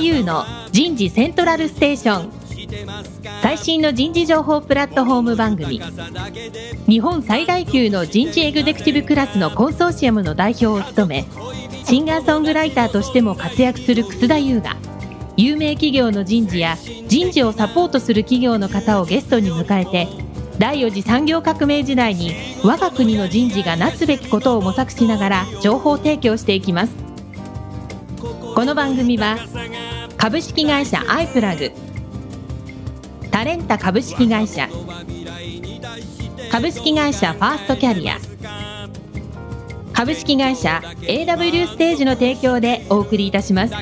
優の人事セントラルステーション、最新の人事情報プラットフォーム番組。日本最大級の人事エグゼクティブクラスのコンソーシアムの代表を務め、シンガーソングライターとしても活躍する楠田優が、有名企業の人事や人事をサポートする企業の方をゲストに迎えて、第4次産業革命時代に我が国の人事がなすべきことを模索しながら情報提供していきます。この番組は株式会社アイプラグ、タレンタ株式会社、株式会社ファーストキャリア、株式会社 AW ステージの提供でお送りいたします。 日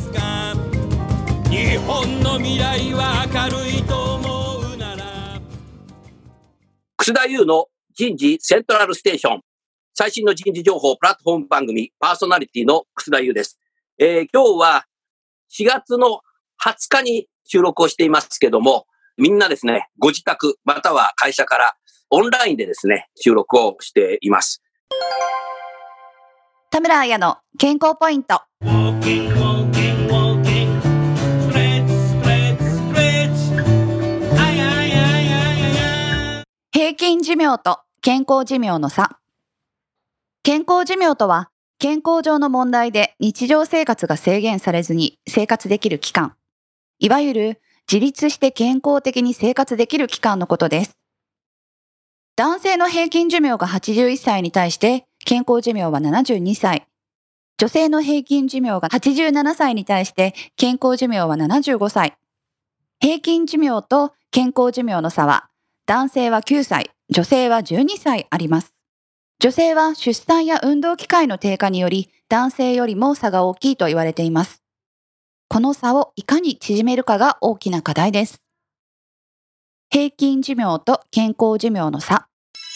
本の未来は明るいと思うなら。 楠田優の人事セントラルステーション、最新の人事情報プラットフォーム番組パーソナリティの楠田優です。今日は4月の20日に収録をしていますけども、みんなですね、ご自宅または会社からオンラインでですね、収録をしています。 田村彩の健康ポイント。平均寿命と健康寿命の差。健康寿命とは、健康上の問題で日常生活が制限されずに生活できる期間。いわゆる自立して健康的に生活できる期間のことです。男性の平均寿命が81歳に対して健康寿命は72歳。女性の平均寿命が87歳に対して健康寿命は75歳。平均寿命と健康寿命の差は、男性は9歳、女性は12歳あります。女性は出産や運動機会の低下により男性よりも差が大きいと言われています。この差をいかに縮めるかが大きな課題です。平均寿命と健康寿命の差。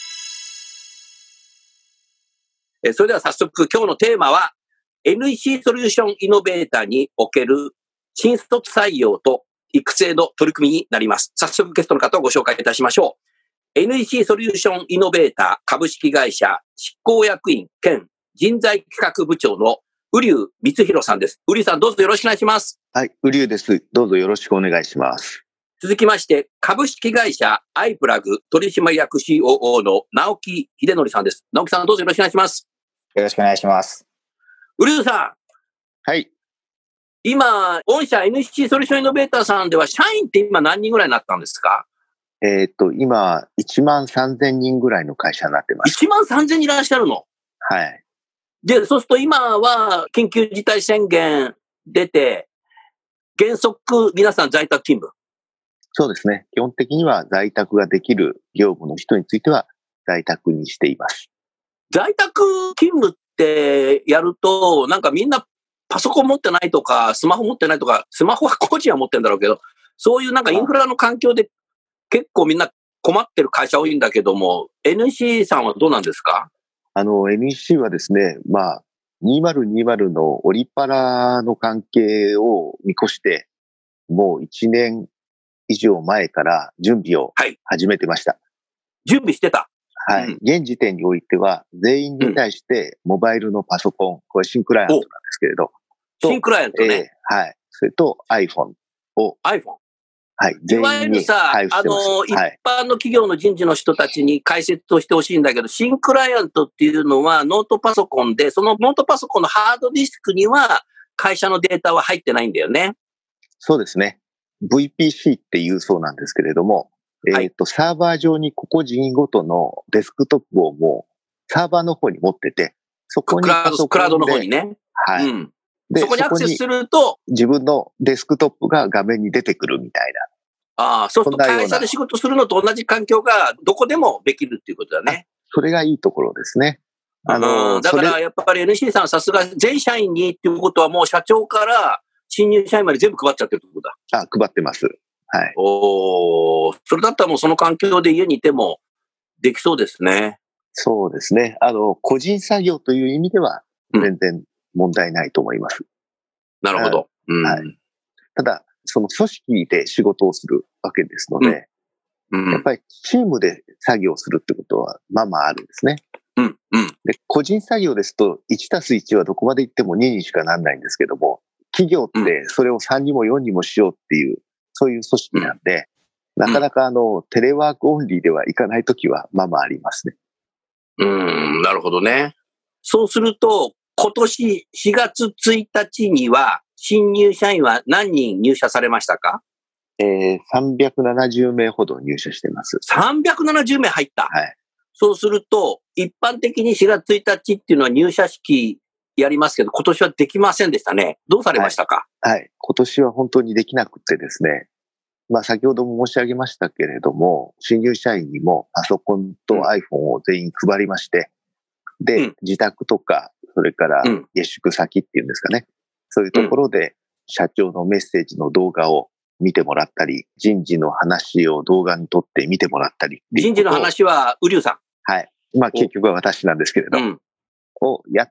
それでは早速今日のテーマは NEC ソリューションイノベーターにおける新卒採用と育成の取り組みになります。早速ゲストの方をご紹介いたしましょう。NEC ソリューションイノベーター株式会社執行役員兼人材企画部長の瓜生光弘さんです。瓜生さん、どうぞよろしくお願いします。 はい、瓜生です。どうぞよろしくお願いします。 続きまして株式会社アイプラグ取締役 COO の直木秀則さんです。直木さん、どうぞよろしくお願いします。 よろしくお願いします。 瓜生さん。 はい。 今、御社 NEC ソリューションイノベーターさんでは社員って今何人ぐらいになったんですか？ 今、13,000人ぐらいの会社になってます。 13,000人いらっしゃるの？ はい。 で、そうすると今は緊急事態宣言出て、原則皆さん在宅勤務？ そうですね。基本的には在宅ができる業務の人については在宅にしています。 在宅勤務ってやると、なんかみんなパソコン持ってないとか、スマホ持ってないとか、スマホは個人は持ってるんだろうけど、そういうなんかインフラの環境で結構みんな困ってる会社多いんだけども、NEC さんはどうなんですか ？NEC はですね、2020のオリパラの関係を見越して、もう1年以上前から準備を始めてました。 準備してた？ はい。現時点においては、全員に対してモバイルのパソコン、これ新クライアントなんですけれど。 新クライアントね。 はい。それと iPhone を。 iPhone？ はい。全員に配布してます。 一般の企業の人事の人たちに解説をしてほしいんだけど、新クライアントっていうのはノートパソコンで、そのノートパソコンのハードディスクには会社のデータは入ってないんだよね。 そうですね。VPC っていうそうなんですけれども、サーバー上に個々人ごとのデスクトップをもうサーバーの方に持ってて、そこにパソコンでクラウドの方にね。 はい。で、 そこにアクセスすると、 自分のデスクトップが画面に出てくるみたいな。そうすると会社で仕事するのと同じ環境がどこでもできるっていうことだね。 それがいいところですね。 だからやっぱり NEC さんはさすが全社員にっていうことはもう社長から新入社員まで全部配っちゃってるってことだ。 配ってます。はい。 それだったらもうその環境で家にいてもできそうですね。 そうですね。個人作業という意味では全然問題ないと思います。 なるほど。 はい。ただ、その組織で仕事をするわけですので、やっぱりチームで作業するってことはまあまああるんですね。で、個人作業ですと 1+1 はどこまで行っても2にしかならないんですけども、 企業ってそれを3にも4にもしようっていう、そういう組織なんで、なかなかテレワークオンリーではいかないときはまあまあありますね。 なるほどね。そうすると、今年4月1日には、新入社員は何人入社されましたか ？370名ほど入社してます。 370名入った。 はい。 そうすると、一般的に4月1日っていうのは入社式やりますけど、今年はできませんでしたね。どうされましたか？ はい。今年は本当にできなくてですね。まあ先ほども申し上げましたけれども、新入社員にもパソコンと iPhone を全員配りまして、で、自宅とか、それから下宿先っていうんですかね。そういうところで社長のメッセージの動画を見てもらったり、人事の話を動画に撮って見てもらったり。 人事の話は、瓜生さん。 はい。まあ結局は私なんですけれど、をやって、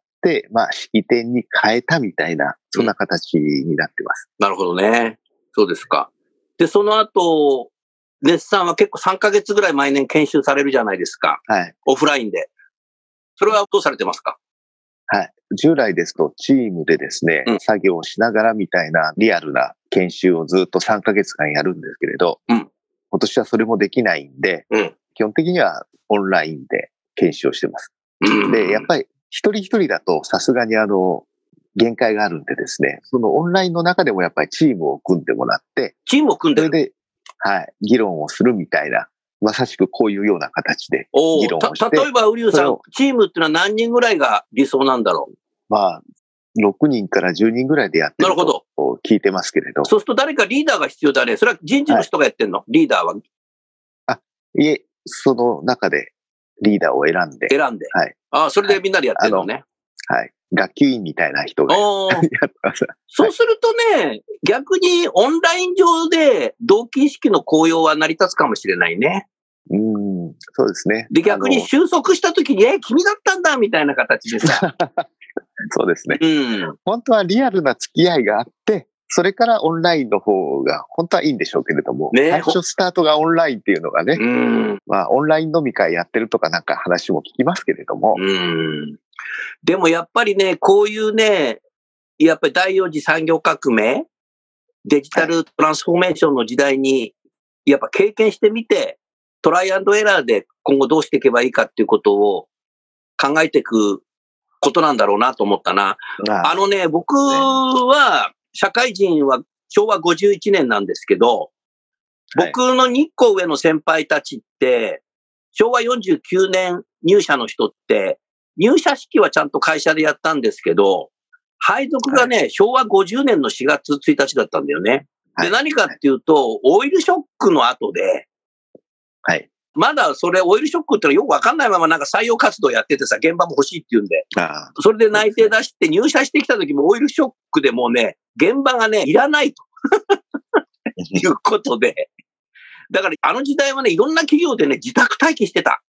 まあ式典に変えたみたいな、そんな形になってます。 なるほどね。そうですか。で、その後、ネスさんは結構3ヶ月ぐらい毎年研修されるじゃないですか。 はい。 オフラインで。それはどうされてますか？ はい。従来ですとチームでですね、作業をしながらみたいなリアルな研修をずっと3ヶ月間やるんですけれど、今年はそれもできないんで、基本的にはオンラインで研修をしてます。で、やっぱり一人一人だとさすがに限界があるんでですね、そのオンラインの中でもやっぱりチームを組んでもらって、 チームを組んでる？ それで、はい、議論をするみたいな、まさしくこういうような形で議論をして。 例えば、瓜生さん、チームってのは何人ぐらいが理想なんだろう？ まあ、6人から10人ぐらいでやってると聞いてますけれど。 そうすると誰かリーダーが必要だね。それは人事の人がやってんの？リーダーは。 いえ、その中でリーダーを選んで。 はい。それでみんなでやってるのね。 はい。学級委員みたいな人がやってます。 そうするとね、逆にオンライン上で同期意識の高揚は成り立つかもしれないね。 そうですね。 で、逆に収束した時に、君だったんだみたいな形でさ。 そうですね。本当はリアルな付き合いがあって、それからオンラインの方が本当はいいんでしょうけれども、最初スタートがオンラインっていうのがね、まあオンライン飲み会やってるとかなんか話も聞きますけれども。 でもやっぱりね、こういうね、やっぱり第4次産業革命、デジタルトランスフォーメーションの時代に、やっぱ経験してみて、トライアンドエラーで今後どうしていけばいいかっていうことを考えていくことなんだろうなと思ったな。僕は、社会人は昭和51年なんですけど、僕の2個上の先輩たちって、昭和49年入社の人って、入社式はちゃんと会社でやったんですけど、配属がね、昭和50年の4月1日だったんだよね。で、何かっていうと、オイルショックの後で、まだそれ、オイルショックってのはよくわかんないままなんか採用活動やっててさ、現場も欲しいって言うんで。それで内定出して入社してきた時もオイルショックでもうね、現場がね、いらないと。いうことで。だからあの時代はね、いろんな企業でね、自宅待機してた。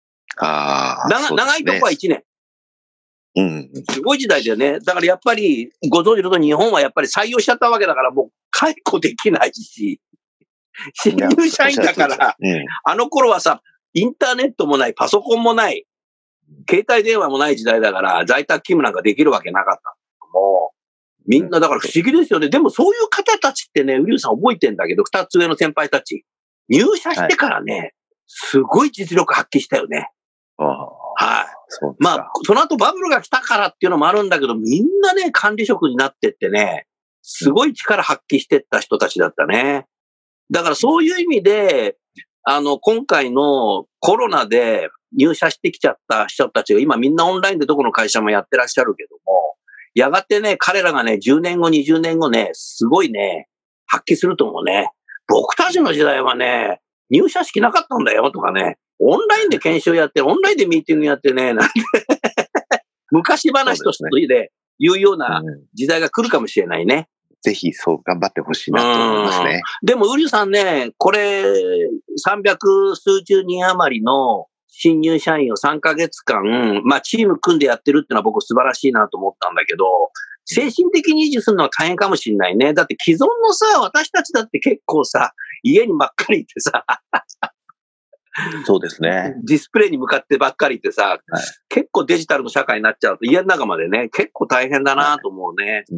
長いとこは1年。すごい時代だよね。だからやっぱり、ご存知のと日本はやっぱり採用しちゃったわけだからもう解雇できないし。新入社員だから、あの頃はさ、インターネットもない、パソコンもない、携帯電話もない時代だから、在宅勤務なんかできるわけなかったけども、みんなだから不思議ですよね。でもそういう方たちってね、瓜生さん覚えてんだけど、2つ上の先輩たち、入社してからね、すごい実力発揮したよね。まあ、その後バブルが来たからっていうのもあるんだけど、みんなね、管理職になってってね、すごい力発揮してった人たちだったね。だからそういう意味で、今回のコロナで入社してきちゃった人たちが今みんなオンラインでどこの会社もやってらっしゃるけども、やがてね、彼らがね、10年後、20年後ね、すごいね、発揮すると思うね。僕たちの時代はね、入社式なかったんだよとかね、オンラインで研修やって、オンラインでミーティングやってね、なんて昔話としてで言うような時代が来るかもしれないね。 ぜひそう頑張ってほしいなと思いますね。 でも、瓜生さんね、これ、300数十人余りの新入社員を3ヶ月間、まあ、チーム組んでやってるってのは僕素晴らしいなと思ったんだけど、精神的に維持するのは大変かもしれないね。だって既存のさ、私たちだって結構さ、家にばっかりいてさ、 そうですね。 ディスプレイに向かってばっかりいてさ、結構デジタルの社会になっちゃうと家の中までね、結構大変だなと思うね。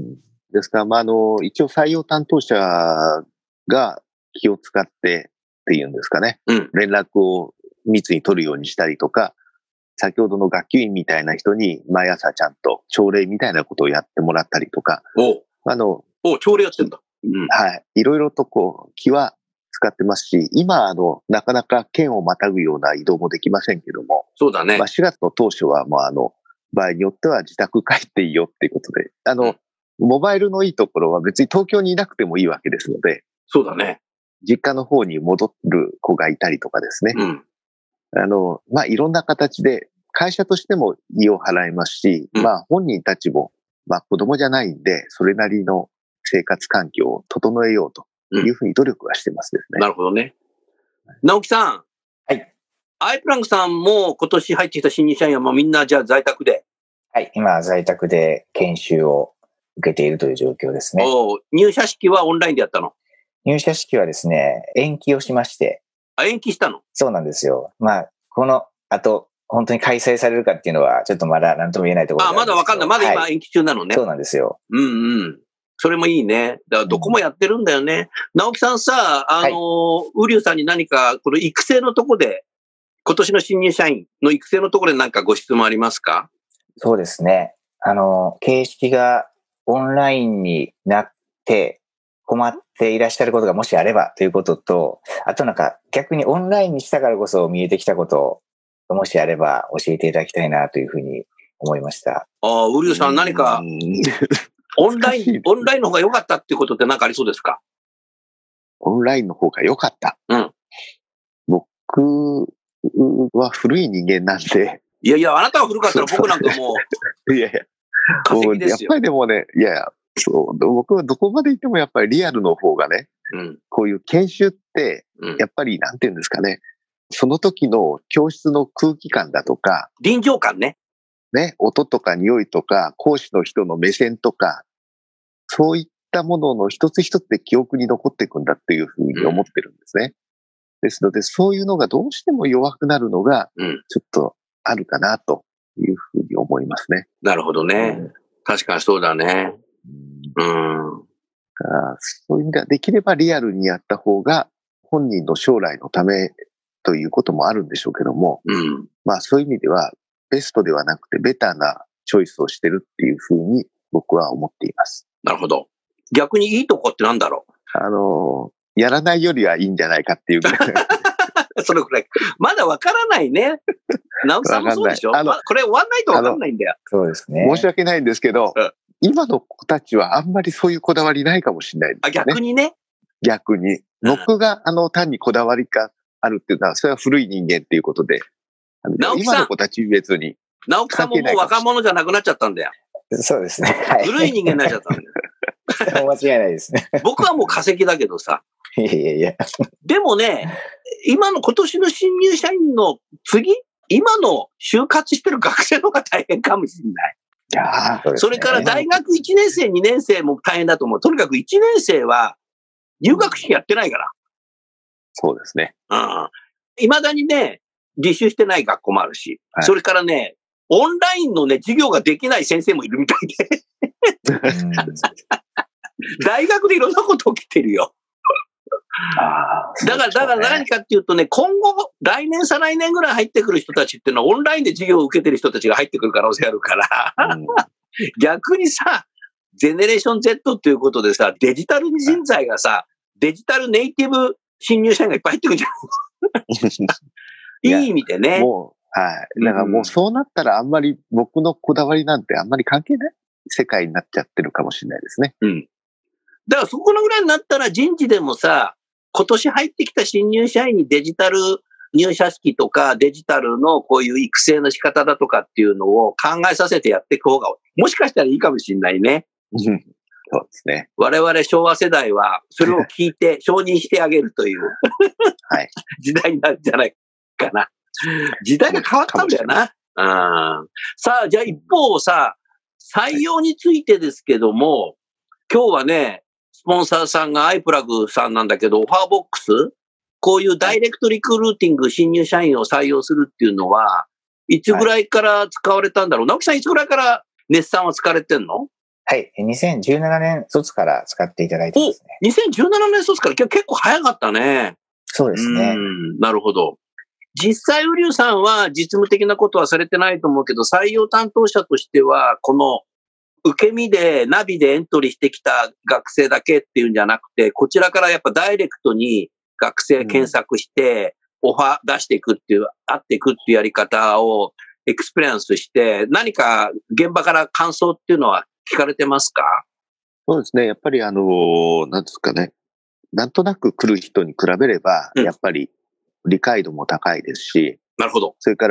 ですから、一応採用担当者が気を使ってっていうんですかね。連絡を密に取るようにしたりとか、先ほどの学級委員みたいな人に毎朝ちゃんと朝礼みたいなことをやってもらったりとか。 朝礼やってんだ。 はい。いろいろと気は使ってますし、今、なかなか県をまたぐような移動もできませんけども。 そうだね。 4月の当初は、場合によっては自宅帰っていいよっていうことで、モバイルのいいところは別に東京にいなくてもいいわけですので。 そうだね。 実家の方に戻る子がいたりとかですね。いろんな形で、会社としても利を払いますし、本人たちも、子供じゃないんで、それなりの生活環境を整えようというふうに努力はしてますですね。 なるほどね。直樹さん。 はい。 アイプランクさんも今年入ってきた新入社員はもうみんなじゃあ在宅で。 はい。今、在宅で研修を受けているという状況ですね。 入社式はオンラインでやったの？ 入社式はですね、延期をしまして。 延期したの？ そうなんですよ。この後、本当に開催されるかっていうのは、ちょっとまだ何とも言えないところなんですけど。 まだわかんない。まだ今延期中なのね。 そうなんですよ。 それもいいね。だからどこもやってるんだよね。直樹さんさ、ウリュウさんに何か、この育成のとこで、今年の新入社員の育成のところで何かご質問ありますか？ そうですね。形式がオンラインになって困っていらっしゃることがもしあればということと、あと逆にオンラインにしたからこそ見えてきたことをもしあれば教えていただきたいなというふうに思いました。 ウリュウさん何か、オンラインの方が良かったっていうことって何かありそうですか？ オンラインの方が良かった。僕は古い人間なんで。 いや、あなたは古かったら僕なんかもう。 やっぱりでもね、僕はどこまで行ってもやっぱりリアルの方がね、こういう研修って、やっぱりなんていうんですかね、その時の教室の空気感だとか、 臨場感ね。 音とか匂いとか、講師の人の目線とか、そういったものの一つ一つで記憶に残っていくんだっていうふうに思ってるんですね。ですので、そういうのがどうしても弱くなるのが、ちょっとあるかなというふうに思いますね。 なるほどね。確かにそうだね。 そういう意味では、できればリアルにやった方が、本人の将来のためということもあるんでしょうけども、そういう意味では、ベストではなくてベターなチョイスをしてるっていうふうに僕は思っています。 なるほど。逆にいいとこってなんだろう？やらないよりはいいんじゃないかっていうぐらい。 それぐらい。まだわからないね。直樹さんもそうでしょ？これ終わんないとわかんないんだよ。 そうですね。 申し訳ないんですけど、今の子たちはあんまりそういうこだわりないかもしれないですね。 逆にね。 逆に。僕が単にこだわりがあるっていうのは、それは古い人間っていうことで。今の子たち別に。 直樹さんももう若者じゃなくなっちゃったんだよ。 そうですね。 古い人間になっちゃったんだよ。 間違いないですね。 僕はもう化石だけどさ。 いや。 でもね、今年の新入社員の今の就活してる学生の方が大変かもしれない。それから大学1年生、2年生も大変だと思う。とにかく1年生は入学式やってないから。 そうですね。 未だにね、実習してない学校もあるし、それからね、オンラインのね、授業ができない先生もいるみたいで。大学でいろんなこと起きてるよ。だから何かっていうとね、今後、来年、再来年ぐらい入ってくる人たちっていうのは、オンラインで授業を受けてる人たちが入ってくる可能性あるから、逆にさ、ジェネレーション Z っていうことでさ、デジタル人材がさ、デジタルネイティブ新入社員がいっぱい入ってくるじゃん。いい意味でね。 だからもうそうなったらあんまり僕のこだわりなんてあんまり関係ない世界になっちゃってるかもしれないですね。 だからそこのぐらいになったら人事でもさ、今年入ってきた新入社員にデジタル入社式とかデジタルのこういう育成の仕方だとかっていうのを考えさせてやっていく方が、もしかしたらいいかもしれないね。 そうですね。 我々昭和世代はそれを聞いて承認してあげるという時代になるんじゃないかな。時代が変わったんだよな。さあ、じゃあ一方さ、採用についてですけども、今日はね、スポンサーさんがアイプラグさんなんだけど、オファーボックス、こういうダイレクトリクルーティング、新入社員を採用するっていうのは、いつぐらいから使われたんだろう？直樹さん、いつぐらいから熱産は使われてんの？ はい。2017年卒から使っていただいてますね。 2017年卒から結構早かったね。 そうですね。 なるほど。実際、ウリュウさんは実務的なことはされてないと思うけど、採用担当者としては、この受け身でナビでエントリーしてきた学生だけっていうんじゃなくて、こちらからやっぱダイレクトに学生検索して、オファー出していくっていう、会っていくっていうやり方をエクスペリエンスして、何か現場から感想っていうのは聞かれてますか？ そうですね。やっぱりなんですかね。なんとなく来る人に比べれば、やっぱり理解度も高いですし、 なるほど。 それから、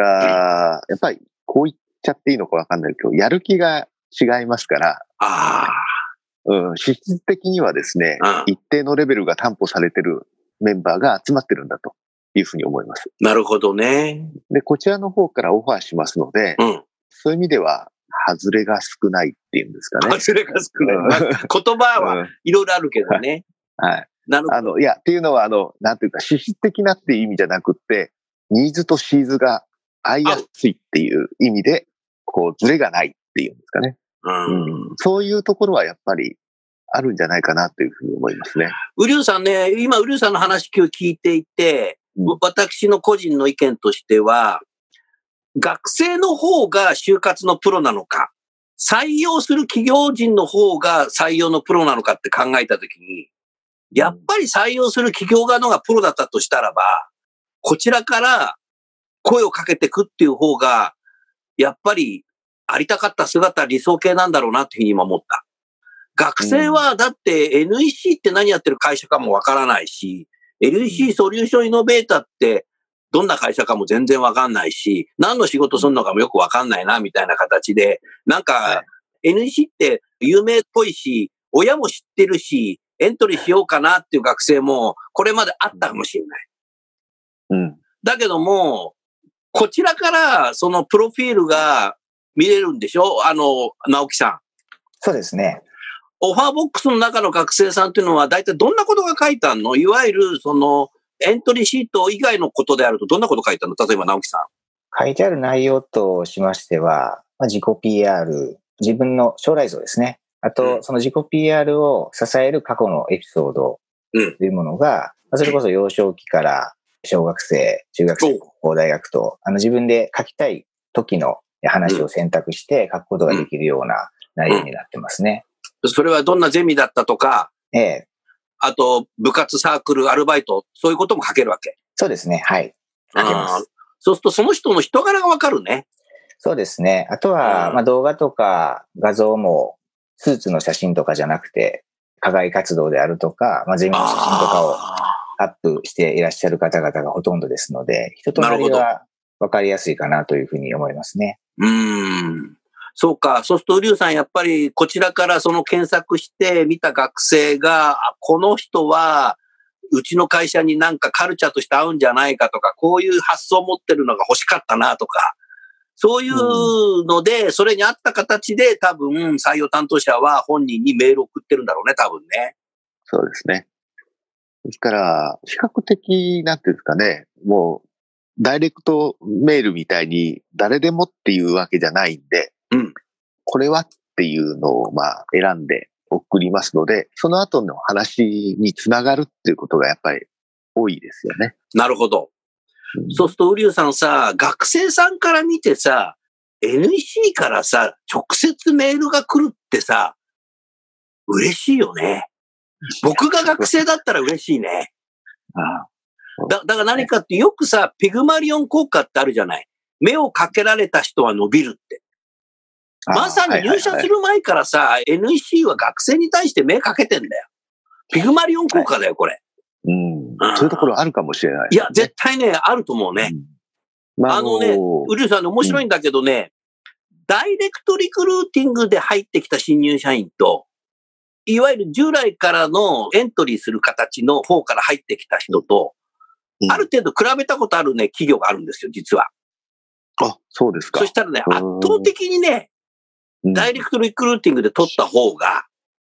やっぱりこう言っちゃっていいのかわかんないけど、やる気が違いますから、資質的にはですね、一定のレベルが担保されてるメンバーが集まってるんだというふうに思います。 なるほどね。 で、こちらの方からオファーしますので、そういう意味では、外れが少ないっていうんですかね。 外れが少ない。言葉はいろいろあるけどね。 はい。 なるほど。 いや、っていうのは、なんていうか、資質的なっていう意味じゃなくって、ニーズとシーズが合いやすいっていう意味で、こう、ズレがないっていうんですかね。そういうところはやっぱりあるんじゃないかなというふうに思いますね。 ウリュウさんね、今、ウリュウさんの話今日聞いていて、私の個人の意見としては、学生の方が就活のプロなのか、採用する企業人の方が採用のプロなのかって考えたときに、やっぱり採用する企業側のがプロだったとしたらば、こちらから声をかけていくっていう方が、やっぱりありたかった姿、理想系なんだろうなっていうふうに今思った。学生はだって NEC って何やってる会社かもわからないし、NEC ソリューションイノベーターってどんな会社かも全然わかんないし、何の仕事するのかもよくわかんないなみたいな形で、なんか NEC って有名っぽいし、親も知ってるし、エントリーしようかなっていう学生もこれまであったかもしれない。だけども、こちらからそのプロフィールが見れるんでしょ？直樹さん。 そうですね。 オファーボックスの中の学生さんっていうのは大体どんなことが書いてあるの？いわゆるそのエントリーシート以外のことであるとどんなこと書いてあるの？例えば直樹さん。 書いてある内容としましては、自己 PR、自分の将来像ですね。あと、その自己 PR を支える過去のエピソードというものが、それこそ幼少期から小学生、中学生、高校、大学と、自分で書きたい時の話を選択して書くことができるような内容になってますね。 それはどんなゼミだったとか、あと、部活、サークル、アルバイト、そういうことも書けるわけ。 そうですね。はい。書けます。 そうすると、その人の人柄がわかるね。 そうですね。あとは、動画とか画像も、スーツの写真とかじゃなくて、課外活動であるとか、ゼミの写真とかをアップしていらっしゃる方々がほとんどですので、人となりはわかりやすいかなというふうに思いますね。 そうか。そうすると、ウリュウさん、やっぱりこちらからその検索して見た学生が、この人は、うちの会社になんかカルチャーとして合うんじゃないかとか、こういう発想を持ってるのが欲しかったなとか、そういうので、それに合った形で多分採用担当者は本人にメールを送ってるんだろうね、多分ね。 そうですね。ですから、比較的、なんていうんですかね、もう、ダイレクトメールみたいに誰でもっていうわけじゃないんで、これはっていうのを選んで送りますので、その後の話につながるっていうことがやっぱり多いですよね。 なるほど。そうすると、ウリュウさんさ、学生さんから見てさ、NEC からさ、直接メールが来るってさ、嬉しいよね。僕が学生だったら嬉しいね。だから何かってよくさ、ピグマリオン効果ってあるじゃない。目をかけられた人は伸びるって。まさに入社する前からさ、NEC は学生に対して目かけてんだよ。ピグマリオン効果だよ、これ。 そういうところあるかもしれない、 いや、絶対ね、あると思うね。ウリュウさんね、面白いんだけどね、ダイレクトリクルーティングで入ってきた新入社員と、いわゆる従来からのエントリーする形の方から入ってきた人と、ある程度比べたことあるね、企業があるんですよ、実は。 そうですか。 そしたらね、圧倒的にね、ダイレクトリクルーティングで取った方が、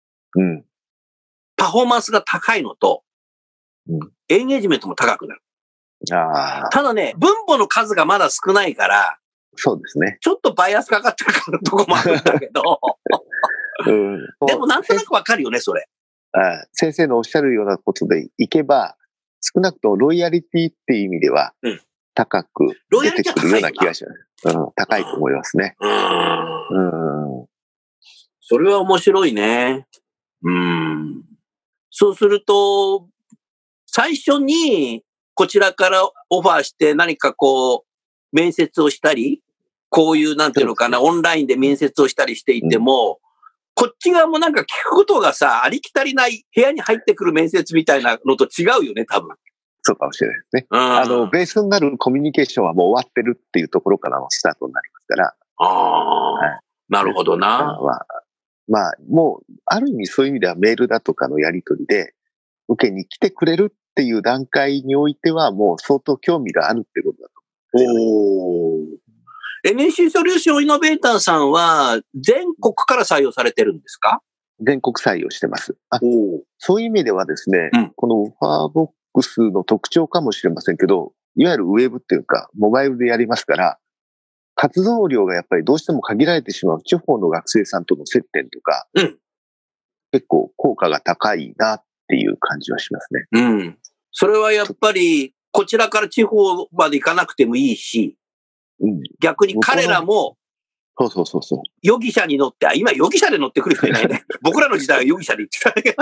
パフォーマンスが高いのと、エンゲージメントも高くなる。ただね、分母の数がまだ少ないから、 そうですね。 ちょっとバイアスかかってるからとこもあるんだけど。 でもなんとなくわかるよね、それ。 先生のおっしゃるようなことでいけば、少なくともロイヤリティっていう意味では、高く出てくるような気がします。高いと思いますね。 それは面白いね。そうすると、最初にこちらからオファーして何かこう、面接をしたり、こういうなんていうのかな、オンラインで面接をしたりしていても、こっち側もなんか聞くことがさ、ありきたりない部屋に入ってくる面接みたいなのと違うよね、多分。 そうかもしれないですね。ベースになるコミュニケーションはもう終わってるっていうところからのスタートになりますから。 なるほどな。 まあ、もう、ある意味そういう意味ではメールだとかのやり取りで、受けに来てくれるっていう段階においては、もう相当興味があるってことだと思う。 NEC ソリューションイノベーターさんは、全国から採用されてるんですか？ 全国採用してます。そういう意味ではですね、このオファーボックスの特徴かもしれませんけど、いわゆるウェブっていうか、モバイルでやりますから、活動量がやっぱりどうしても限られてしまう地方の学生さんとの接点とか、結構効果が高いなっていう感じはしますね。 それはやっぱり、こちらから地方まで行かなくてもいいし、逆に彼らも、容疑者に乗って、今容疑者で乗ってくる人いないね。僕らの時代は容疑者で行ってたけど。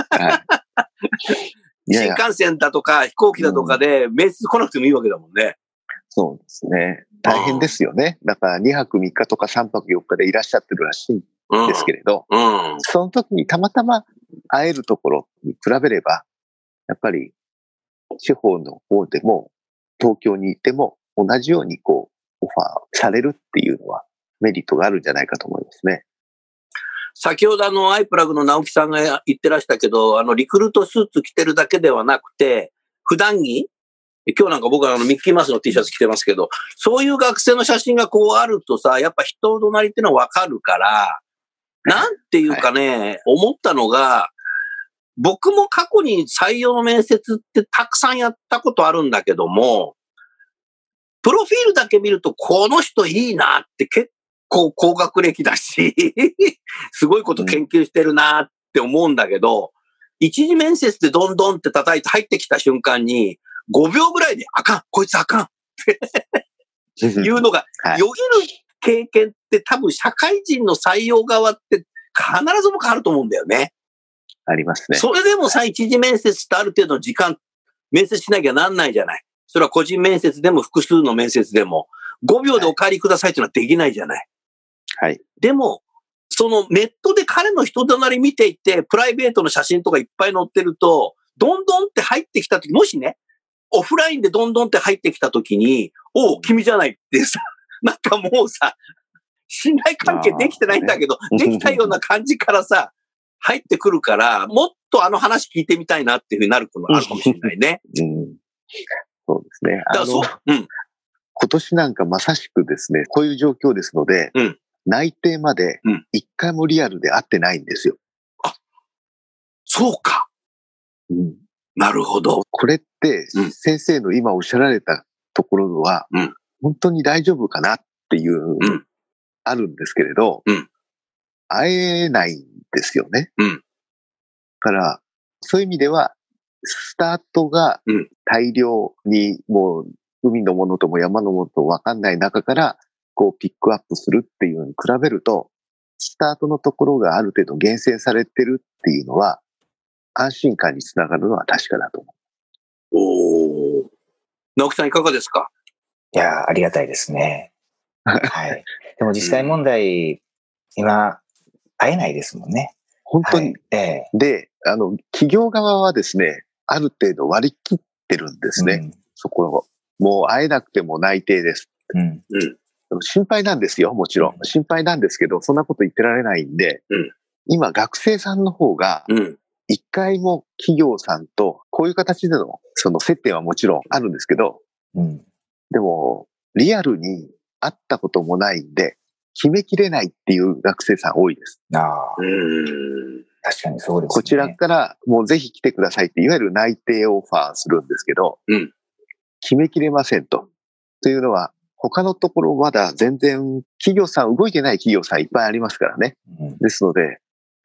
新幹線だとか飛行機だとかで面接来なくてもいいわけだもんね。 そうですね。大変ですよね。だから2泊3日とか3泊4日でいらっしゃってるらしいんですけれど、その時にたまたま会えるところに比べれば、やっぱり地方の方でも東京にいても同じようにこうオファーされるっていうのはメリットがあるんじゃないかと思いますね。 先ほどアイプラグの直樹さんが言ってらしたけど、リクルートスーツ着てるだけではなくて、普段着今日なんか僕はミッキーマウスの T シャツ着てますけど、そういう学生の写真がこうあるとさ、やっぱ人となりっていうのはわかるから、なんていうかね、思ったのが、僕も過去に採用の面接ってたくさんやったことあるんだけども、プロフィールだけ見るとこの人いいなって結構高学歴だし、すごいこと研究してるなって思うんだけど、一次面接でどんどんって叩いて入ってきた瞬間に、5秒ぐらいであかん、こいつあかんっていうのが、よぎる経験って多分社会人の採用側って必ず僕あると思うんだよね。 ありますね。 それでもさ、一次面接ってある程度の時間、面接しなきゃなんないじゃない。それは個人面接でも複数の面接でも、5秒でお帰りくださいっていうのはできないじゃない。 はい。 でも、そのネットで彼の人となり見ていて、プライベートの写真とかいっぱい載ってると、どんどんって入ってきたとき、もしね、オフラインでどんどんって入ってきたときに、おう、君じゃないってさ、なんかもうさ、信頼関係できてないんだけど、できたような感じからさ、入ってくるから、もっと話聞いてみたいなっていうふうになるのがあるかもしれないね。 そうですね。今年なんかまさしくですね、こういう状況ですので、内定まで一回もリアルで会ってないんですよ。 あ、そうか。なるほど。 これって先生の今おっしゃられたところは、本当に大丈夫かなっていう、あるんですけれど、会えないんですよね。だから、そういう意味では、スタートが大量にもう海のものとも山のものとも分かんない中からこうピックアップするっていうのに比べると、スタートのところがある程度厳選されてるっていうのは安心感につながるのは確かだと思う。直樹さんいかがですか？ いや、ありがたいですね。はい。でも実際問題、今、会えないですもんね。 本当に。で、企業側はですね、ある程度割り切ってるんですね。そこを。もう会えなくても内定です。心配なんですよ、もちろん。心配なんですけど、そんなこと言ってられないんで、今学生さんの方が、一回も企業さんとこういう形でのその接点はもちろんあるんですけど、でもリアルに会ったこともないんで、決めきれないっていう学生さん多いです。 確かにそうですね。 こちらからもうぜひ来てくださいって、いわゆる内定オファーするんですけど、決めきれませんと。というのは、他のところまだ全然企業さん動いてない企業さんいっぱいありますからね。ですので、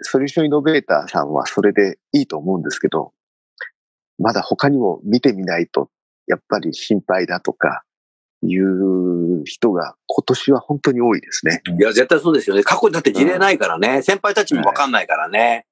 ソリューションイノベーターさんはそれでいいと思うんですけど、まだ他にも見てみないと、やっぱり心配だとか、いう人が今年は本当に多いですね。 いや、絶対そうですよね。過去にだって事例ないからね。先輩たちもわかんないからね。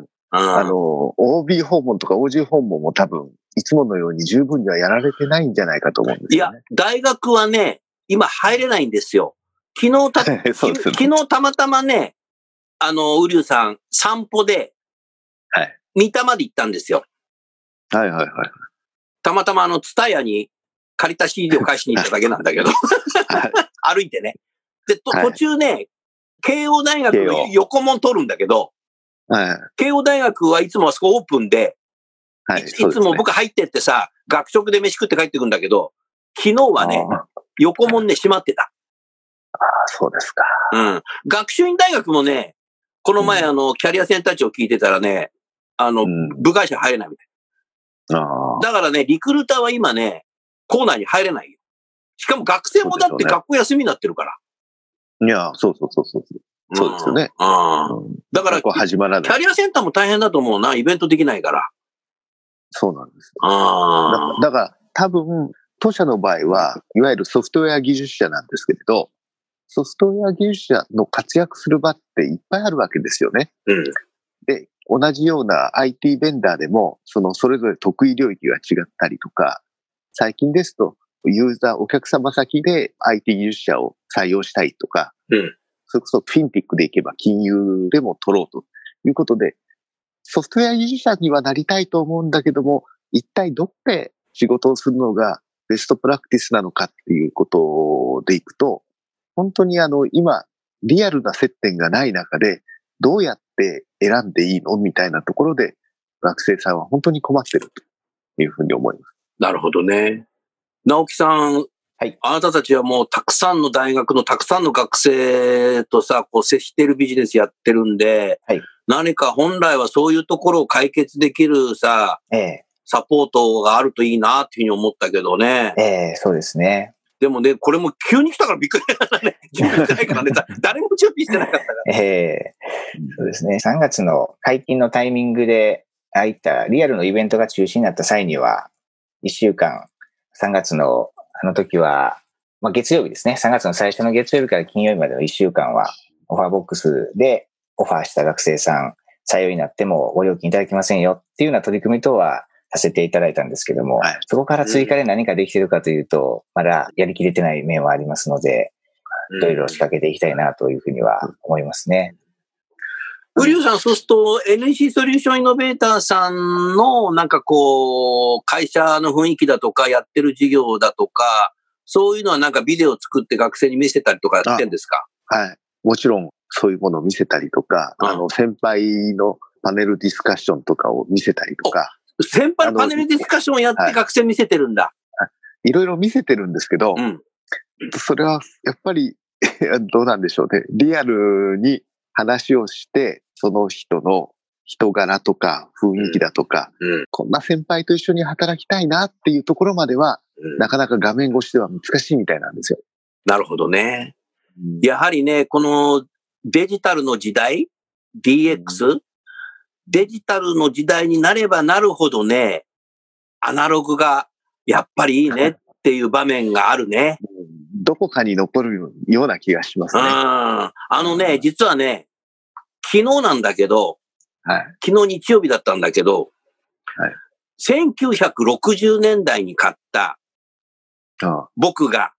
OB 訪問とか OG 訪問も多分、いつものように十分にはやられてないんじゃないかと思うんですよね。 いや、大学はね、今入れないんですよ。昨日たまたまね、ウリュウさん、散歩で、 はい。 三田まで行ったんですよ。 はいはいはい。 たまたまツタヤに借りた CD を返しに行っただけなんだけど、歩いてね。で、途中ね、慶応大学の横門通るんだけど、慶応大学はいつもあそこオープンで、いつも僕入ってってさ、学食で飯食って帰ってくんだけど、昨日はね、横門ね、閉まってた。 ああ、そうですか。 うん。学習院大学もね、この前キャリアセンター長聞いてたらね、部外者入れないみたい。だからね、リクルーターは今ね、校内に入れないよ。しかも学生もだって学校休みになってるから。 いや、そうですよね。 だから、キャリアセンターも大変だと思うな、イベントできないから。 そうなんです。だから、多分、当社の場合は、いわゆるソフトウェア技術者なんですけれど、ソフトウェア技術者の活躍する場っていっぱいあるわけですよね。で、同じような IT ベンダーでも、それぞれ得意領域が違ったりとか、最近ですと、お客様先で IT 技術者を採用したいとか、それこそフィンティックでいけば金融でも取ろうということで、ソフトウェア技術者にはなりたいと思うんだけども、一体どこで仕事をするのがベストプラクティスなのかっていうことでいくと、本当に今、リアルな接点がない中で、どうやって選んでいいのみたいなところで、学生さんは本当に困ってるというふうに思います。 なるほどね。直樹さん、はい、あなたたちはもうたくさんの大学のたくさんの学生とさ、接してるビジネスやってるんで、はい、何か本来はそういうところを解決できるさ、サポートがあるといいなっていうふうに思ったけどね。 そうですね。 でもね、これも急に来たからびっくりだね。準備してないからね。誰も準備してなかったから。 そうですね。3月の解禁のタイミングで、ああいったリアルのイベントが中止になった際には、1週間、3月の時は、月曜日ですね。3月の最初の月曜日から金曜日までの1週間は、オファーボックスでオファーした学生さん、採用になってもご料金いただきませんよっていうような取り組み等はさせていただいたんですけども、はい、そこから追加で何かできているかというと、まだやりきれてない面はありますので、いろいろ仕掛けていきたいなというふうには思いますね。 ウリュウさん、そうすると NEC ソリューションイノベーターさんの会社の雰囲気だとかやってる事業だとか、そういうのはビデオを作って学生に見せたりとかやってんですか？ はい。もちろんそういうものを見せたりとか、先輩のパネルディスカッションとかを見せたりとか。 先輩のパネルディスカッションをやって学生見せてるんだ。 いろいろ見せてるんですけど、それはやっぱりどうなんでしょうね。リアルに話をして、その人の人柄とか雰囲気だとか、こんな先輩と一緒に働きたいなっていうところまでは、なかなか画面越しでは難しいみたいなんですよ。 なるほどね。やはりね、このデジタルの時代、DX、デジタルの時代になればなるほどね、アナログがやっぱりいいねっていう場面があるね。 どこかに残るような気がしますね。 実はね、昨日なんだけど、昨日日曜日だったんだけど、1960年代に買った僕が、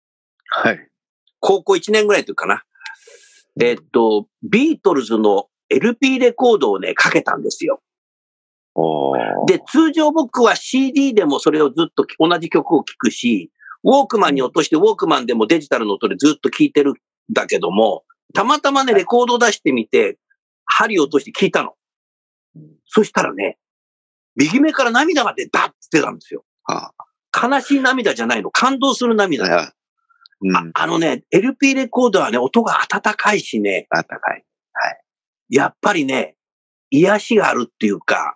高校1年ぐらいというかな、ビートルズのLP レコードをね、かけたんですよ。で、通常僕は CD でもそれをずっと同じ曲を聴くし、ウォークマンに落としてウォークマンでもデジタルの音でずっと聴いてるんだけども、たまたまね、レコードを出してみて、針を落として聴いたの。そしたらね、右目から涙が出てたんですよ。悲しい涙じゃないの。感動する涙だ。LP レコードはね、音が温かいしね。 温かい。 やっぱりね、癒しがあるっていうか、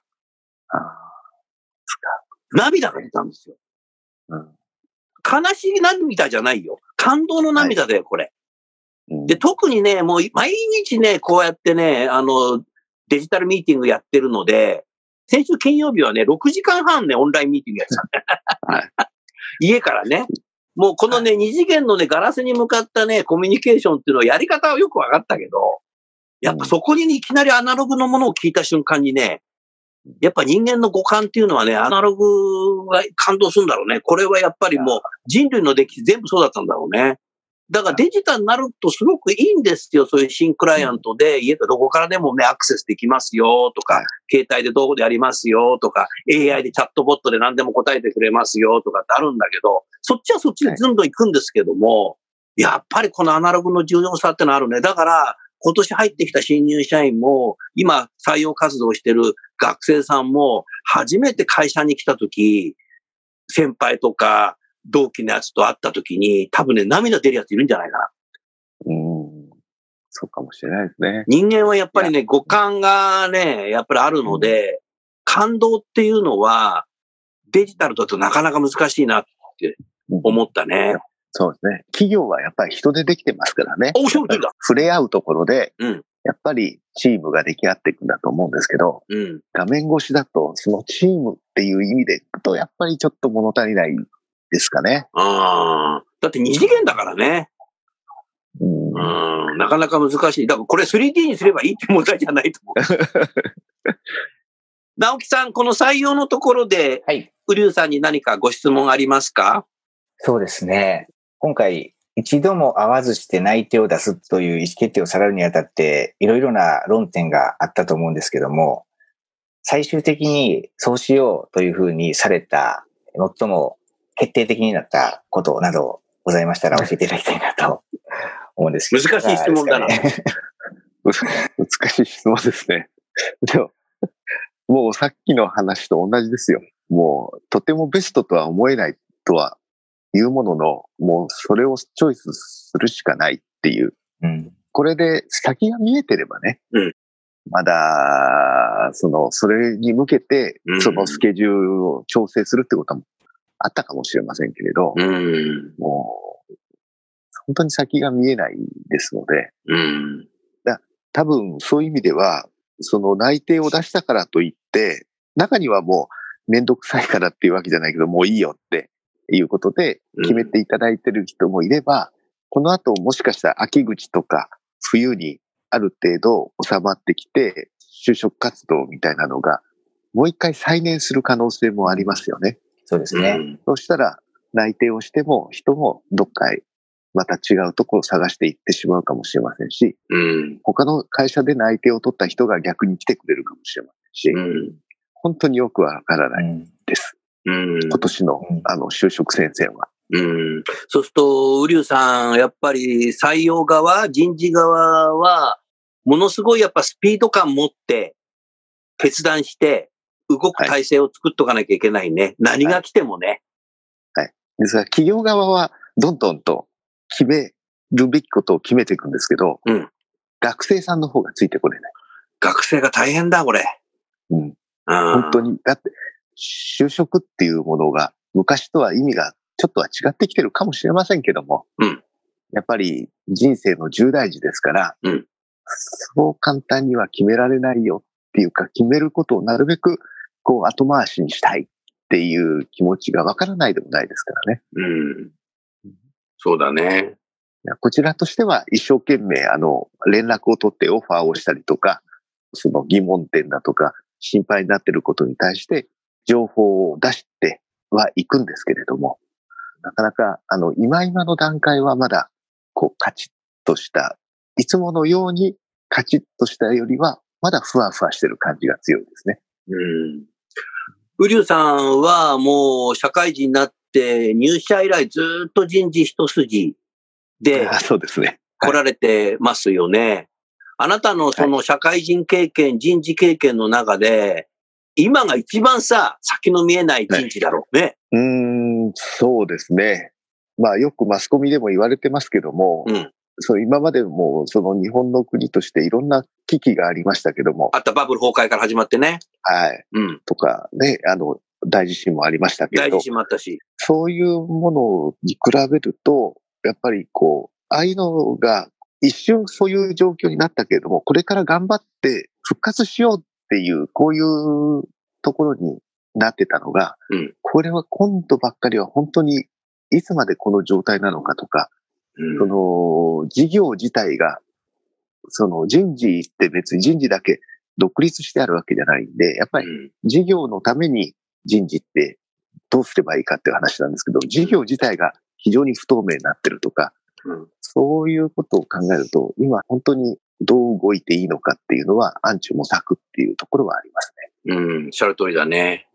涙が出たんですよ。悲しい涙じゃないよ。感動の涙だよ、これ。で、特にね、もう毎日ね、こうやってね、 デジタルミーティングやってるので、先週金曜日はね、6時間半ね、オンラインミーティングやってた。はい、家からね。もうこのね、2次元のね、ガラスに向かったね、コミュニケーションっていうのはやり方はよくわかったけど、やっぱそこにいきなりアナログのものを聞いた瞬間にね、やっぱ人間の五感っていうのはね、アナログが感動するんだろうね。これはやっぱりもう人類の歴史全部そうだったんだろうね。だからデジタルになるとすごくいいんですよ。そういう新クライアントで、家でどこからでもね、アクセスできますよとか、携帯でどこでやりますよとか、AI でチャットボットで何でも答えてくれますよとかってあるんだけど、そっちはそっちでずんどん行くんですけども、やっぱりこのアナログの重要さってのあるね。だから、今年入ってきた新入社員も、今採用活動してる学生さんも、初めて会社に来たとき、先輩とか同期のやつと会ったときに、多分ね、涙出るやついるんじゃないかな。 そうかもしれないですね。 人間はやっぱりね、五感がね、やっぱりあるので、感動っていうのは、デジタルだとなかなか難しいなって思ったね。 そうですね。企業はやっぱり人でできてますからね。 そうだ。 触れ合うところで、やっぱりチームが出来合っていくんだと思うんですけど、画面越しだと、そのチームっていう意味でいくと、やっぱりちょっと物足りないですかね。 だって二次元だからね。なかなか難しい。だからこれ 3D にすればいいって問題じゃないと思う。直樹さん、この採用のところで、ウリュウさんに何かご質問ありますか？ そうですね。今回、一度も会わずして内定を出すという意思決定をされるにあたって、いろいろな論点があったと思うんですけども、最終的にそうしようというふうにされた、最も決定的になったことなどございましたら教えていただきたいなと思うんですけど。 難しい質問だな。 難しい質問ですね。でも、もうさっきの話と同じですよ。もう、とてもベストとは思えないとはいうものの、もうそれをチョイスするしかないっていう。これで先が見えてればね、まだ、それに向けて、そのスケジュールを調整するってこともあったかもしれませんけれど、もう、本当に先が見えないですので、多分そういう意味では、その内定を出したからといって、中にはもうめんどくさいからっていうわけじゃないけど、もういいよっていうことで決めていただいてる人もいれば、この後もしかしたら秋口とか冬にある程度収まってきて、就職活動みたいなのがもう一回再燃する可能性もありますよね。 そうですね。 そうしたら内定をしても人もどっかへまた違うところを探していってしまうかもしれませんし、他の会社で内定を取った人が逆に来てくれるかもしれませんし、本当によくわからないです。今年の就職戦線は。 そうすると、ウリュウさん、やっぱり採用側、人事側は、ものすごいやっぱスピード感持って決断して動く体制を作っとかなきゃいけないね。何が来てもね。 ですが、企業側はどんどんと決めるべきことを決めていくんですけど、学生さんの方がついてこれない。 学生が大変だ、これ。 本当に。だって、就職っていうものが昔とは意味がちょっとは違ってきてるかもしれませんけども、やっぱり人生の重大事ですから、そう簡単には決められないよっていうか、決めることをなるべくこう後回しにしたいっていう気持ちがわからないでもないですからね。 そうだね。 こちらとしては一生懸命連絡を取ってオファーをしたりとか、その疑問点だとか心配になっていることに対して情報を出してはいくんですけれども、なかなか今の段階はまだこうカチッとした、いつものようにカチッとしたよりはまだふわふわしてる感じが強いですね。 ウリュウさんはもう社会人になって入社以来ずっと人事一筋でそうですね。 来られてますよね。あなたのその社会人経験、人事経験の中で、今が一番先の見えない人事だろうね。 そうですね。まあよくマスコミでも言われてますけども、今までもその日本の国としていろんな危機がありましたけども。 あったバブル崩壊から始まってね。 とかね、大地震もありましたけど。 大地震もあったし。 そういうものに比べると、やっぱりああいうのが一瞬そういう状況になったけれども、これから頑張って復活しようっていう、こういうところになってたのが、これは今度ばっかりは本当にいつまでこの状態なのかとか、その事業自体が、その人事って別に人事だけ独立してあるわけじゃないんで、やっぱり事業のために人事ってどうすればいいかっていう話なんですけど、事業自体が非常に不透明になってるとか、そういうことを考えると、今本当にどう動いていいのかっていうのは暗中模索っていうところはありますね。 おっしゃる通りだね。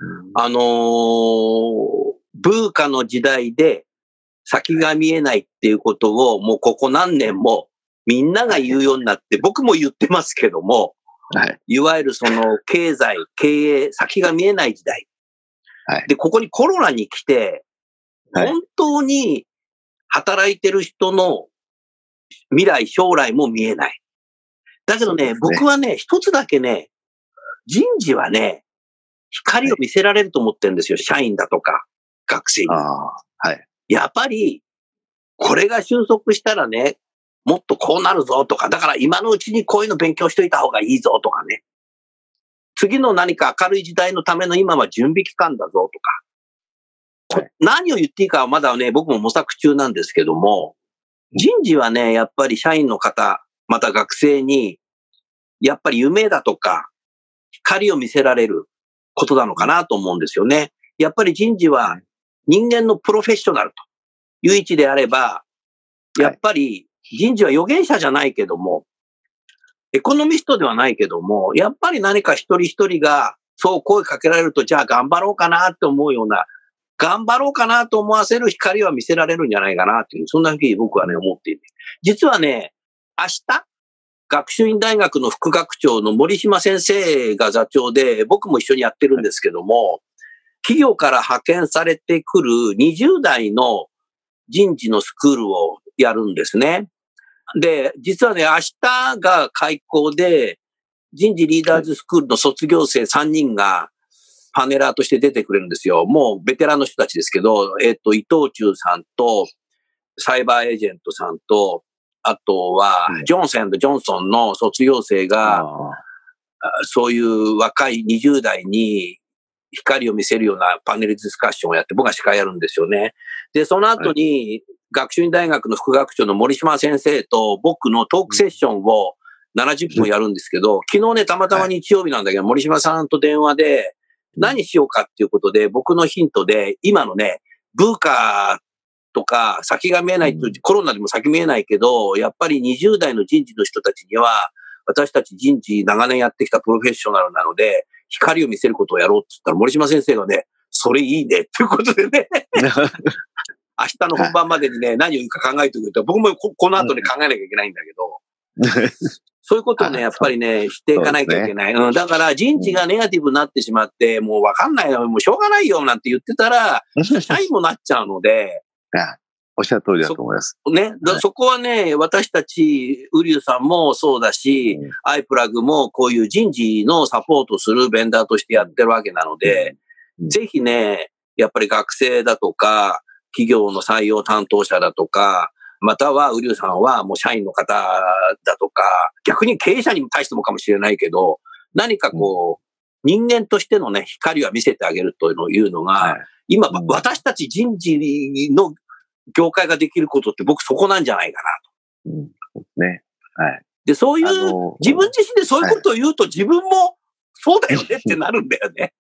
ブーカの時代で先が見えないっていうことをもうここ何年もみんなが言うようになって、僕も言ってますけども、いわゆるその経済、経営、先が見えない時代。で、ここにコロナに来て、本当に働いてる人の未来、将来も見えない。だけどね、僕はね、一つだけね、人事はね、光を見せられると思ってるんですよ。社員だとか、学生に。やっぱり、これが収束したらね、もっとこうなるぞとか、だから今のうちにこういうの勉強しといた方がいいぞとかね。次の何か明るい時代のための今は準備期間だぞとか。何を言っていいかはまだね、僕も模索中なんですけども、人事はね、やっぱり社員の方、また学生に、やっぱり夢だとか、光を見せられることなのかなと思うんですよね。やっぱり人事は人間のプロフェッショナルという位置であれば、やっぱり人事は預言者じゃないけども、エコノミストではないけども、やっぱり何か一人一人がそう声かけられると、じゃあ頑張ろうかなって思うような、頑張ろうかなと思わせる光は見せられるんじゃないかなっていう、そんなふうに僕はね、思っていて。実はね、明日、学習院大学の副学長の森島先生が座長で、僕も一緒にやってるんですけども、企業から派遣されてくる20代の人事のスクールをやるんですね。で、実はね、明日が開講で、人事リーダーズスクールの卒業生3人がパネラーとして出てくれるんですよ。もうベテランの人たちですけど、伊藤忠さんと、サイバーエージェントさんと、あとは、ジョンソン&ジョンソンの卒業生が、そういう若い20代に光を見せるようなパネルディスカッションをやって、僕が司会やるんですよね。で、その後に、学習院大学の副学長の森島先生と僕のトークセッションを70分やるんですけど、昨日ね、たまたま日曜日なんだけど、森島さんと電話で何しようかっていうことで、僕のヒントで、今のね、ブーカーとか先が見えないと、コロナでも先見えないけど、やっぱり20代の人事の人たちには、私たち人事長年やってきたプロフェッショナルなので、光を見せることをやろうって言ったら、森島先生がね、それいいねっていうことでね、明日の本番までにね、何を言うか考えておくと、僕もこの後に考えなきゃいけないんだけど、そういうことをね、やっぱりね、知っていかなきゃいけない。だから人事がネガティブになってしまって、もうわかんないよ、もうしょうがないよなんて言ってたら、社員もなっちゃうので、 おっしゃる通りだと思います。 ね、そこはね、私たち、ウリュウさんもそうだし、アイプラグもこういう人事のサポートするベンダーとしてやってるわけなので、ぜひね、やっぱり学生だとか、企業の採用担当者だとか、またはウリュウさんはもう社員の方だとか、逆に経営者に対してもかもしれないけど、何かこう、人間としてのね、光は見せてあげるというのが、今、私たち人事の業界ができることって僕そこなんじゃないかなと。 そうですね。はい。 で、そういう、自分自身でそういうことを言うと自分もそうだよねってなるんだよね。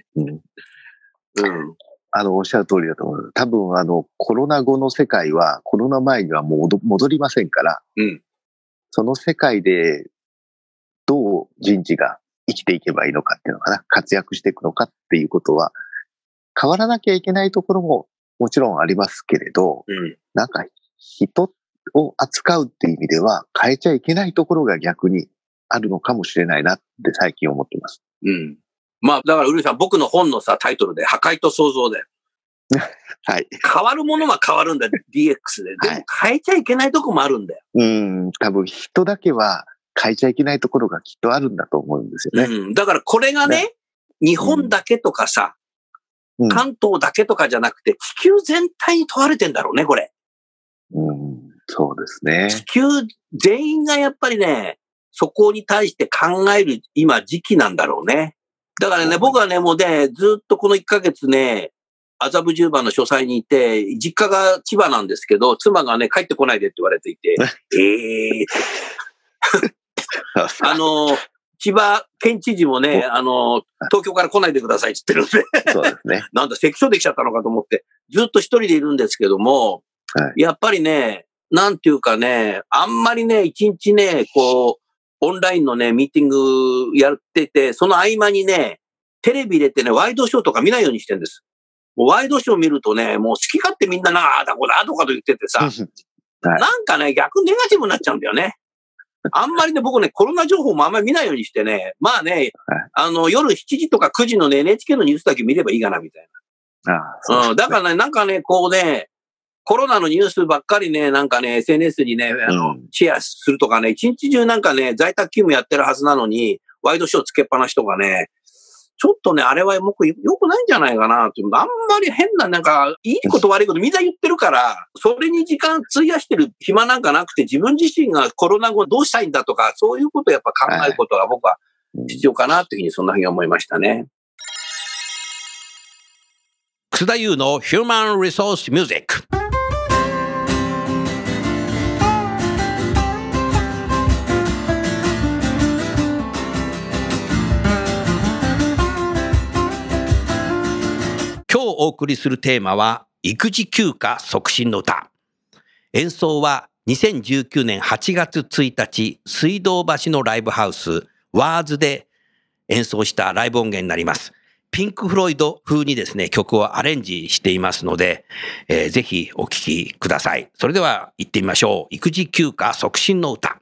おっしゃる通りだと思う。多分、コロナ後の世界は、コロナ前にはもう戻りませんから、その世界で、どう人事が生きていけばいいのかっていうのかな、活躍していくのかっていうことは、変わらなきゃいけないところももちろんありますけれど、なんか人を扱うっていう意味では変えちゃいけないところが逆にあるのかもしれないなって最近思ってます。 まあ、だから、ウルさん、僕の本のさ、タイトルで、破壊と創造で。 はい。 変わるものは変わるんだよ、DX で。でも、変えちゃいけないとこもあるんだよ。 多分、人だけは変えちゃいけないところがきっとあるんだと思うんですよね。 だから、これがね、日本だけとかさ、関東だけとかじゃなくて、地球全体に問われてんだろうね、これ。 そうですね。 地球全員がやっぱりね、 そこに対して考える今時期なんだろうね。だからね、僕はね、もうね、ずっとこの1ヶ月ね、麻布十番の書斎にいて、実家が千葉なんですけど、妻がね、帰ってこないでって言われていて、千葉県知事もね、東京から来ないでくださいって言ってるんで、 そうですね。 なんだ、関所できちゃったのかと思って、ずっと一人でいるんですけども、 はい、 やっぱりね、なんていうかね、あんまりね、一日ね、こう、オンラインのね、ミーティングやってて、その合間にね、テレビ入れてね、ワイドショーとか見ないようにしてるんです。もうワイドショー見るとね、もう好き勝手みんなあだこだとかと言っててさ、はい、なんかね、逆ネガティブになっちゃうんだよね。あんまりね、僕ね、コロナ情報もあんまり見ないようにしてね、まあね、夜7時とか9時のね、NHK のニュースだけ見ればいいかな、みたいな。だからね、なんかね、こうね、コロナのニュースばっかりね、なんかね、SNS にね、シェアするとかね、一日中なんかね、在宅勤務やってるはずなのに、ワイドショーつけっぱなしとかね、ちょっとね、あれは僕良くないんじゃないかなって、あんまり変な、なんか、いいこと悪いことみんな言ってるから、それに時間費やしてる暇なんかなくて、自分自身がコロナ後どうしたいんだとか、そういうことをやっぱ考えることが僕は必要かなというふうにそんなふうに思いましたね。 楠田優の Human Resource Music。今日お送りするテーマは育児休暇促進の歌。演奏は2019年8月1日水道橋のライブハウスワーズで演奏したライブ音源になります。ピンク・フロイド風にですね曲をアレンジしていますので、ぜひお聴きください。それでは行ってみましょう。育児休暇促進の歌。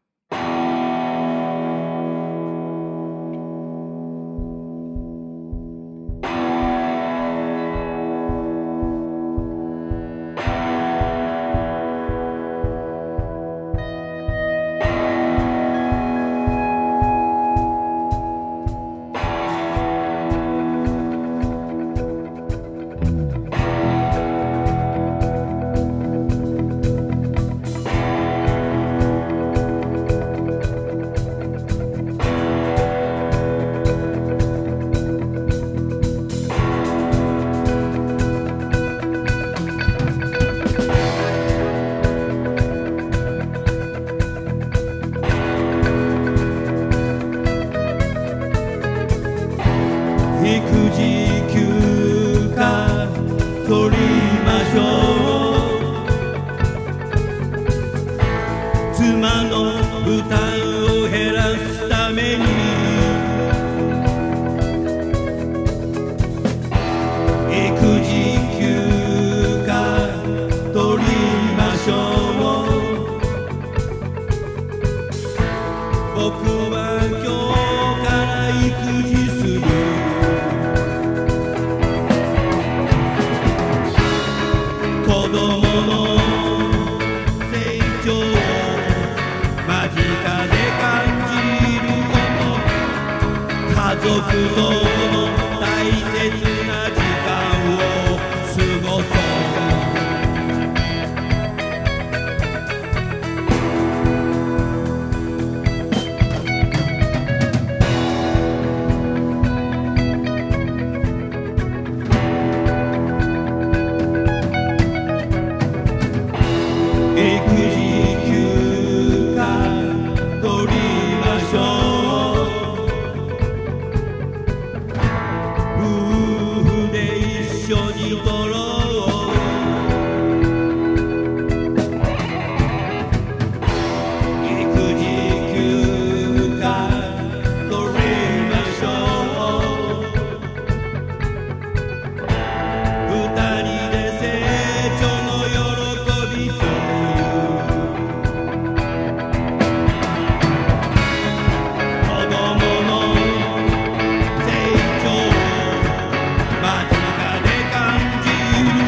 「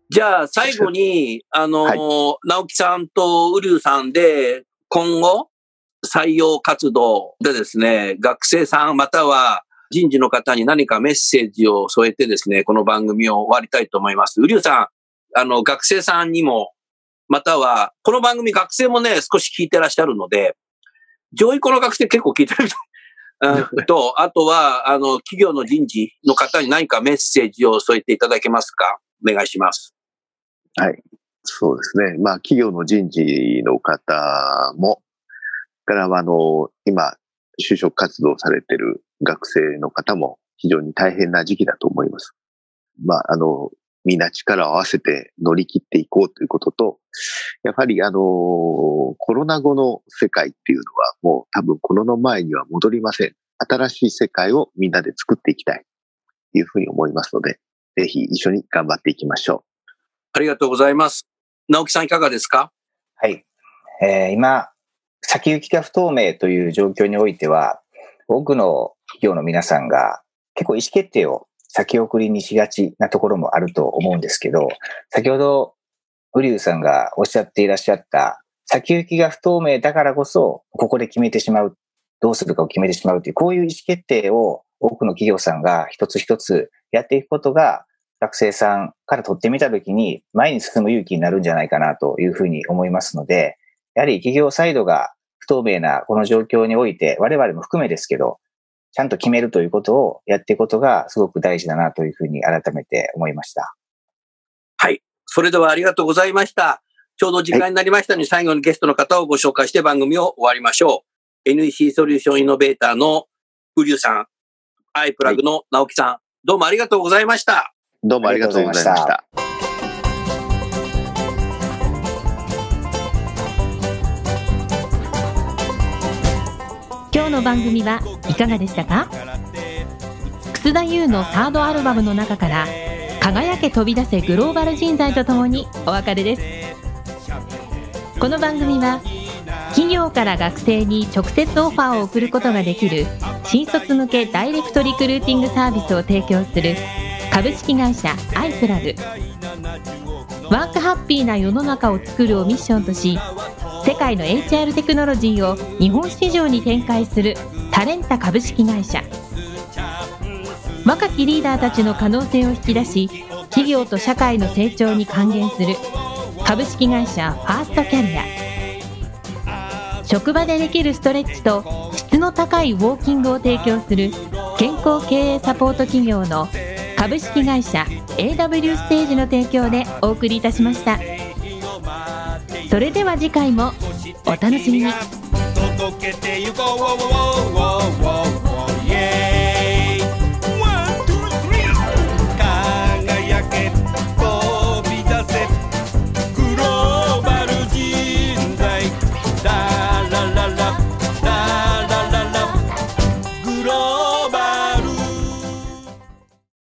じゃあ最後に、直樹さんと瓜生さんで今後採用活動でですね、学生さんまたは人事の方に何かメッセージを添えてですね、この番組を終わりたいと思います。瓜生さん、学生さんにも、または、この番組学生もね、少し聞いてらっしゃるので、上位校の学生結構聞いてると、あとは、企業の人事の方に何かメッセージを添えていただけますか？お願いします。 はい。そうですね。まあ、企業の人事の方も、からは、今、就職活動されている学生の方も非常に大変な時期だと思います。まあ、みんな力を合わせて乗り切っていこうということと、やはりコロナ後の世界っていうのはもう多分コロナ前には戻りません。新しい世界をみんなで作っていきたいというふうに思いますので、ぜひ一緒に頑張っていきましょう。 ありがとうございます。直樹さんいかがですか？ はい。今、先行きが不透明という状況においては、多くの企業の皆さんが結構意思決定を先送りにしがちなところもあると思うんですけど、先ほど瓜生さんがおっしゃっていらっしゃった先行きが不透明だからこそここで決めてしまう、どうするかを決めてしまうという、こういう意思決定を多くの企業さんが一つ一つやっていくことが学生さんから取ってみたときに前に進む勇気になるんじゃないかなというふうに思いますので、やはり企業サイドが不透明なこの状況において我々も含めですけど、ちゃんと決めるということをやっていくことがすごく大事だなというふうに改めて思いました。 はい。それではありがとうございました。ちょうど時間になりましたので、最後にゲストの方をご紹介して番組を終わりましょう。NEC ソリューションイノベーターの瓜生さん、アイプラグの直樹さん、どうもありがとうございました。 どうもありがとうございました。 今日の番組はいかがでしたか？楠田優のサードアルバムの中から輝け飛び出せグローバル人材とともにお別れです。この番組は企業から学生に直接オファーを送ることができる新卒向けダイレクトリクルーティングサービスを提供する株式会社アイプラグ、ワークハッピーな世の中を作るをミッションとし、世界の HR テクノロジーを日本市場に展開するタレンタ株式会社、若きリーダーたちの可能性を引き出し企業と社会の成長に還元する株式会社ファーストキャリア、職場でできるストレッチと質の高いウォーキングを提供する健康経営サポート企業の株式会社 AW ステージの提供でお送りいたしました。それでは次回もお楽しみに。届けてゆこう